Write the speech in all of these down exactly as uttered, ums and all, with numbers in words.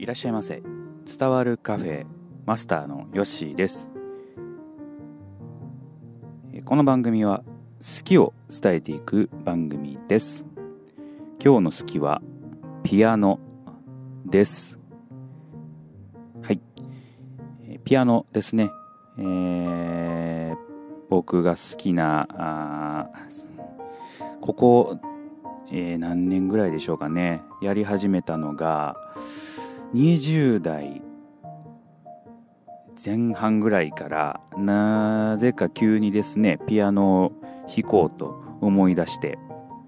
いらっしゃいませ。伝わるカフェマスターのヨッシーです。この番組は好きを伝えていく番組です。今日の好きはピアノです。はい、ピアノですね。えー、僕が好きなあここ、えー、何年ぐらいでしょうかね、やり始めたのがにじゅう代前半ぐらいから、なぜか急にですねピアノを弾こうと思い出して、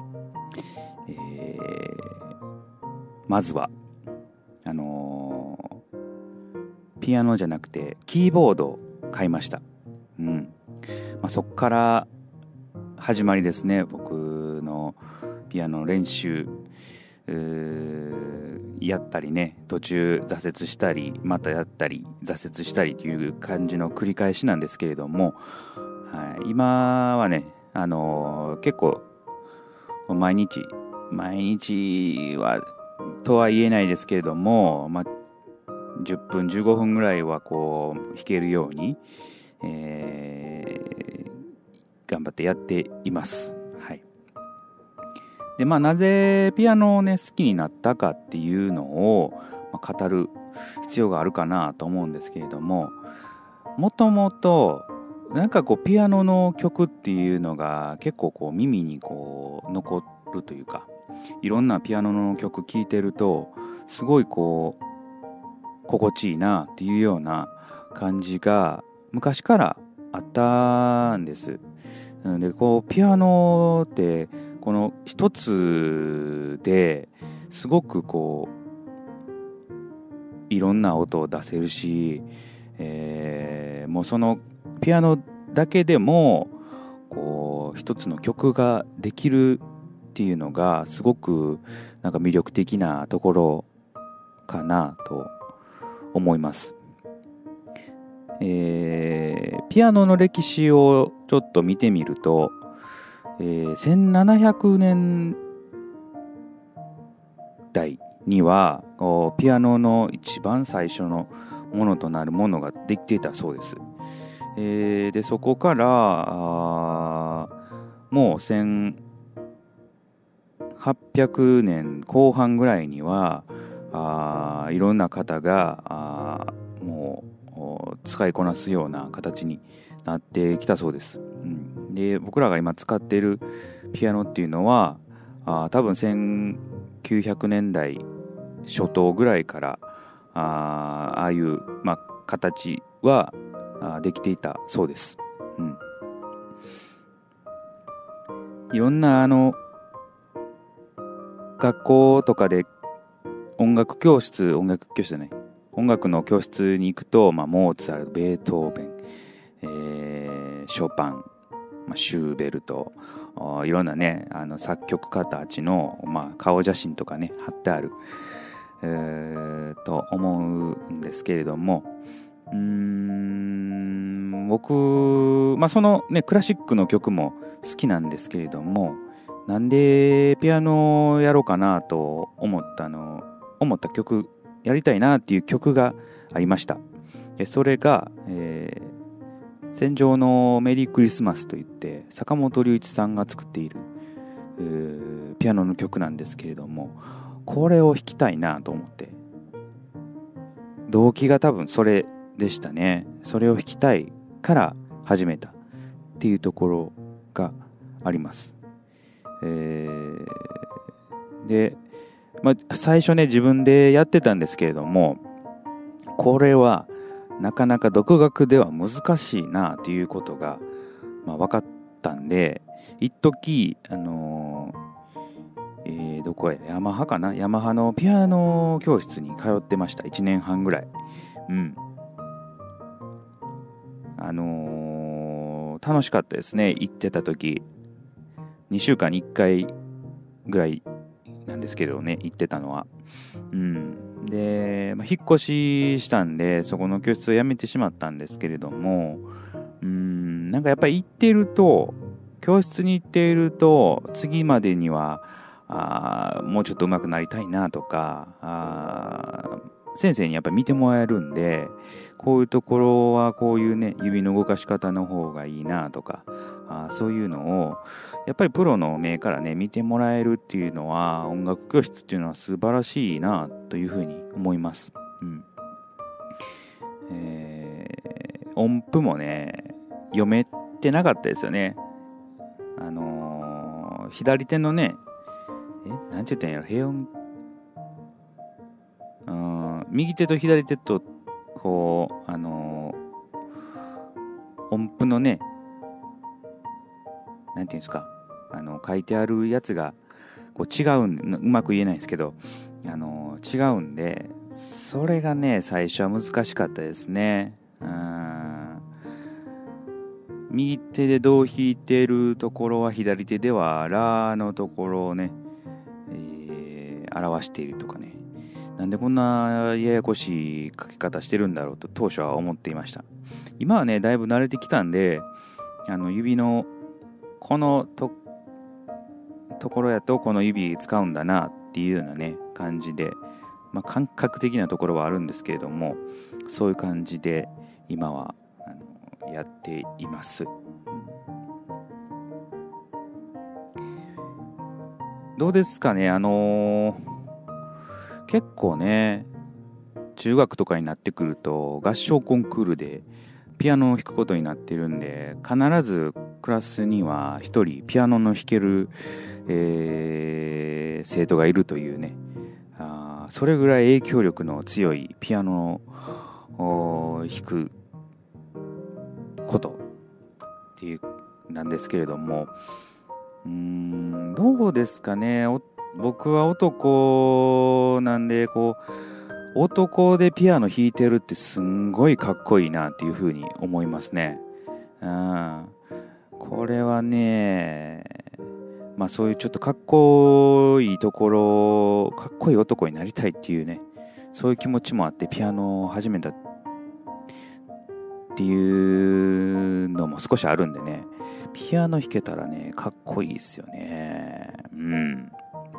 えー、まずはあのー、ピアノじゃなくてキーボードを買いました。うんまあ、そこから始まりですね、僕のピアノ練習。やったりね、途中挫折したりまたやったり挫折したりという感じの繰り返しなんですけれども、はい、今はね、あのー、結構毎日毎日はとは言えないですけれども、まあ、じゅっぷんじゅうごふんぐらいはこう弾けるように、えー、頑張ってやっています。はい。でまあ、なぜピアノをね好きになったかっていうのを、まあ、語る必要があるかなと思うんですけれども、もともとなんかこうピアノの曲っていうのが結構こう耳にこう残るというか、いろんなピアノの曲聴いてるとすごいこう心地いいなっていうような感じが昔からあったんです。でこうピアノってこの一つですごくこういろんな音を出せるし、えー、もうそのピアノだけでもこう一つの曲ができるっていうのがすごくなんか魅力的なところかなと思います。えー、ピアノの歴史をちょっと見てみると、えー、せんななひゃくねんだいにはピアノの一番最初のものとなるものができていたそうです。えー、でそこからあもうせんはっぴゃくねんこう半ぐらいにはあいろんな方があもう使いこなすような形になってきたそうです。うん、で僕らが今使っているピアノっていうのはあ多分せんきゅうひゃくねんだい初頭ぐらいからあああいう、まあ、形はあできていたそうです。うん、いろんなあの学校とかで音楽教室音楽教室じゃない音楽の教室に行くと、まあ、モーツァルト、ベートーベン、えー、ショパン、まあ、シューベルト、いろんなねあの作曲家たちの、まあ、顔写真とかね貼ってある、えー、と思うんですけれども、うーん僕、まあ、そのねクラシックの曲も好きなんですけれども、なんでピアノをやろうかなと思ったの思った曲やりたいなっていう曲がありました。でそれが、えー、戦場のメリークリスマスといって坂本龍一さんが作っているピアノの曲なんですけれども、これを弾きたいなと思って、動機が多分それでしたね。それを弾きたいから始めたっていうところがあります。えー、で、まあ、最初ね自分でやってたんですけれども、これはなかなか独学では難しいなということが、まあ、分かったんで、一時あのー、えー、どこへヤマハかなヤマハのピアノ教室に通ってました。いちねんはんぐらい。うんあのー、楽しかったですね。行ってた時にしゅうかんにいっかいぐらいなんですけどね、行ってたのは。うん、で、まあ、引っ越ししたんでそこの教室を辞めてしまったんですけれども、うんなんかやっぱり行ってると教室に行っていると次までにはあもうちょっと上手くなりたいなとか、あ先生にやっぱ見てもらえるんで、こういうところはこういうね指の動かし方の方がいいなとか、あそういうのをやっぱりプロの目からね見てもらえるっていうのは、音楽教室っていうのは素晴らしいなというふうに思います。うんえー、音符もね読めてなかったですよね。あのー、左手のねえなんて言ったんやろ、平音、うん、右手と左手とこうあのー、音符のねなんていうんですか、あの書いてあるやつがこう違うんうまく言えないですけど、あの違うんで、それがね最初は難しかったですね。うん右手でどう弾いてるところは左手ではラのところをね、えー、表しているとかね、なんでこんなややこしい書き方してるんだろうと当初は思っていました。今はねだいぶ慣れてきたんで、あの指のこのとところやとこの指使うんだなっていうようなね感じで、まあ、感覚的なところはあるんですけれども、そういう感じで今はあのやっています。どうですかね、あのー、結構ね中学とかになってくると合唱コンクールでピアノを弾くことになってるんで、必ずクラスには一人ピアノの弾ける、えー、生徒がいるというね、あそれぐらい影響力の強いピアノを弾くことっていうなんですけれども、うーんどうですかね、僕は男なんでこう男でピアノ弾いてるってすんごいかっこいいなっていう風に思いますね。うん、これはね、まあそういうちょっとかっこいいところ、かっこいい男になりたいっていうね、そういう気持ちもあってピアノを始めたっていうのも少しあるんでね、ピアノ弾けたらねかっこいいですよね。うん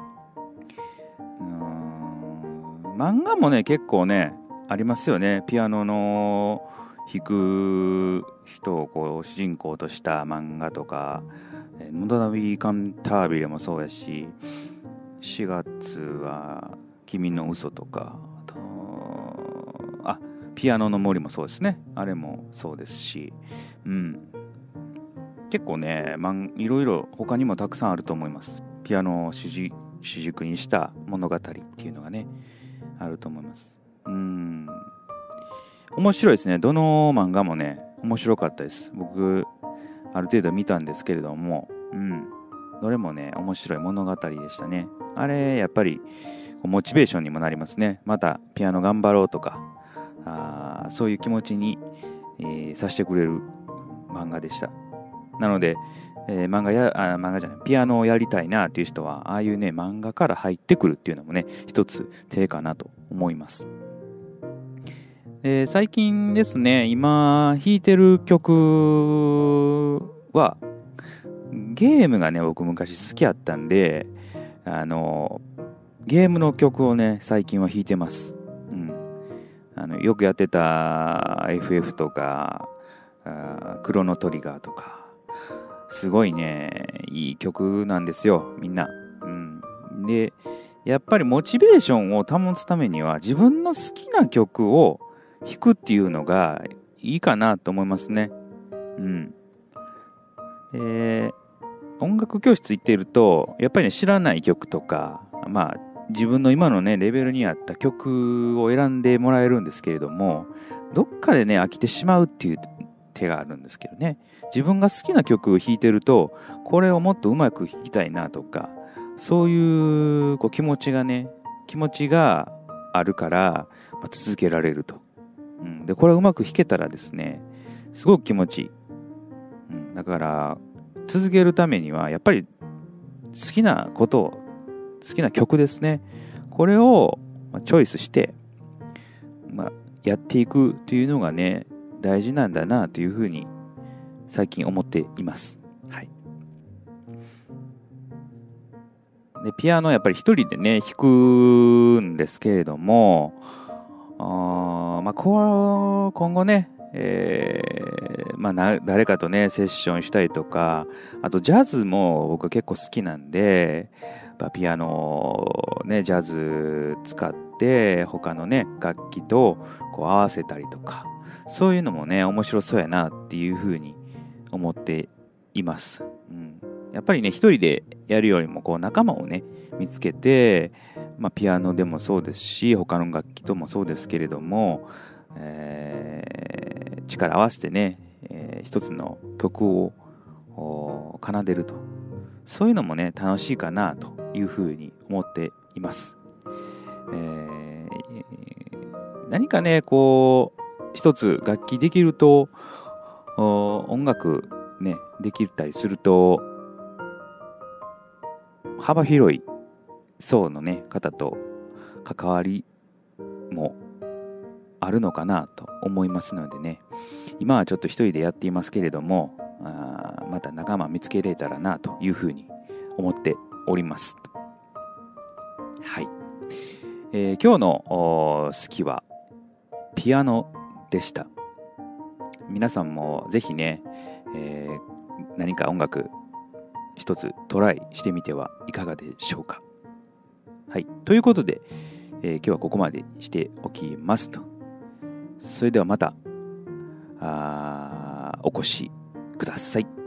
漫画もね結構ねありますよね。ピアノの弾く人をこう主人公とした漫画とか、のだびカンタービレもそうやし、しがつは君の嘘とか、あとあピアノの森もそうですね、あれもそうですし、うん結構ね、まん、いろいろ他にもたくさんあると思います。ピアノを主軸、主軸にした物語っていうのがねあると思います。うーん面白いですね。どの漫画もね面白かったです。僕ある程度見たんですけれども、うんどれもね面白い物語でしたね。あれやっぱりモチベーションにもなりますね。またピアノ頑張ろうとか、あそういう気持ちに、えー、させてくれる漫画でした。なので、えー、漫画やあ漫画じゃないピアノをやりたいなっていう人はああいうね漫画から入ってくるっていうのもね一つ手かなと思います。えー、最近ですね今弾いてる曲はゲームがね僕昔好きやったんで、あのゲームの曲をね最近は弾いてます。うん、あのよくやってた エフエフ とかクロノトリガーとかすごいねいい曲なんですよみんな。うん、でやっぱりモチベーションを保つためには自分の好きな曲を弾くっていうのがいいかなと思いますね。うん。で音楽教室行っているとやっぱりね知らない曲とか、まあ自分の今のねレベルに合った曲を選んでもらえるんですけれども、どっかでね飽きてしまうっていう手があるんですけどね、自分が好きな曲を弾いてるとこれをもっとうまく弾きたいなとか、そういう、こう気持ちがね気持ちがあるから、まあ、続けられると、うん、でこれをうまく弾けたらですねすごく気持ちいい、うん、だから続けるためにはやっぱり好きなことを好きな曲ですね、これをチョイスして、まあ、やっていくというのがね大事なんだなというふうに最近思っています。はい。でピアノやっぱり一人でね弾くんですけれども、 あまあ、こう今後ね、えーまあ、な誰かとねセッションしたりとか、あとジャズも僕結構好きなんで、ピアノねジャズ使って他のね楽器とこう合わせたりとか、そういうのもね面白そうやなっていうふうに思っています、うん、やっぱりね一人でやるよりもこう仲間をね見つけて、まあ、ピアノでもそうですし他の楽器ともそうですけれども、えー、力合わせてね、えー、一つの曲を奏でると、そういうのもね楽しいかなというふうに思っています、えー、何かねこう一つ楽器できると音楽ねできたりすると幅広い層のね方と関わりもあるのかなと思いますのでね、今はちょっと一人でやっていますけれども、あまた仲間見つけれたらなというふうに思っております。はい、えー、今日の好きはピアノでした。皆さんもぜひね、えー、何か音楽一つトライしてみてはいかがでしょうか。はい、ということで、えー、今日はここまでしておきますと。それではまたあお越しください。